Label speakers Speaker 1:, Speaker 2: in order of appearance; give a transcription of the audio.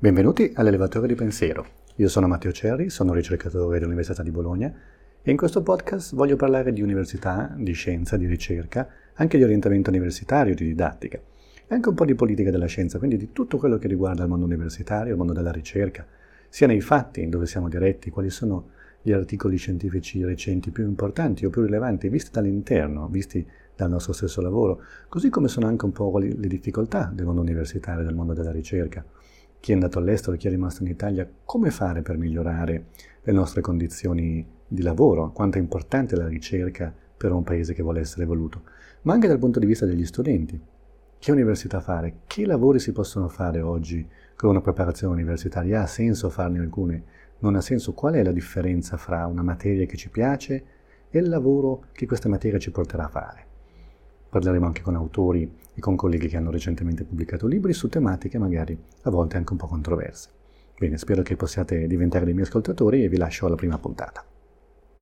Speaker 1: Benvenuti all'Elevatore di Pensiero. Io sono Matteo Cerri, sono ricercatore dell'Università di Bologna e in questo podcast voglio parlare di università, di scienza, di ricerca, anche di orientamento universitario, di didattica e anche un po' di politica della scienza, quindi di tutto quello che riguarda il mondo universitario, il mondo della ricerca, sia nei fatti, dove siamo diretti, quali sono gli articoli scientifici recenti più importanti o più rilevanti, visti dall'interno, visti dal nostro stesso lavoro, così come sono anche un po' le difficoltà del mondo universitario, del mondo della ricerca. Chi è andato all'estero, chi è rimasto in Italia, come fare per migliorare le nostre condizioni di lavoro, quanto è importante la ricerca per un paese che vuole essere evoluto, ma anche dal punto di vista degli studenti. Che università fare? Che lavori si possono fare oggi con una preparazione universitaria? Ha senso farne alcune? Non ha senso? Qual è la differenza fra una materia che ci piace e il lavoro che questa materia ci porterà a fare? Parleremo anche con autori e con colleghi che hanno recentemente pubblicato libri su tematiche magari a volte anche un po' controverse. Bene, spero che possiate diventare dei miei ascoltatori e vi lascio alla prima puntata.